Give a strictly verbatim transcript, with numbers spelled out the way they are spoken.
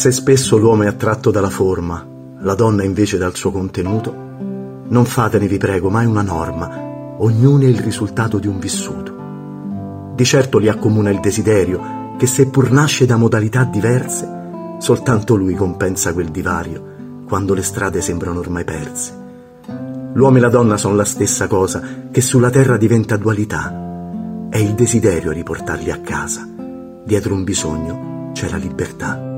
Se spesso l'uomo è attratto dalla forma, la donna invece dal suo contenuto, non fatene, vi prego, mai una norma, ognuno è il risultato di un vissuto. Di certo li accomuna il desiderio, che seppur nasce da modalità diverse, soltanto lui compensa quel divario, quando le strade sembrano ormai perse. L'uomo e la donna sono la stessa cosa, che sulla terra diventa dualità. È il desiderio a riportarli a casa. Dietro un bisogno c'è la libertà.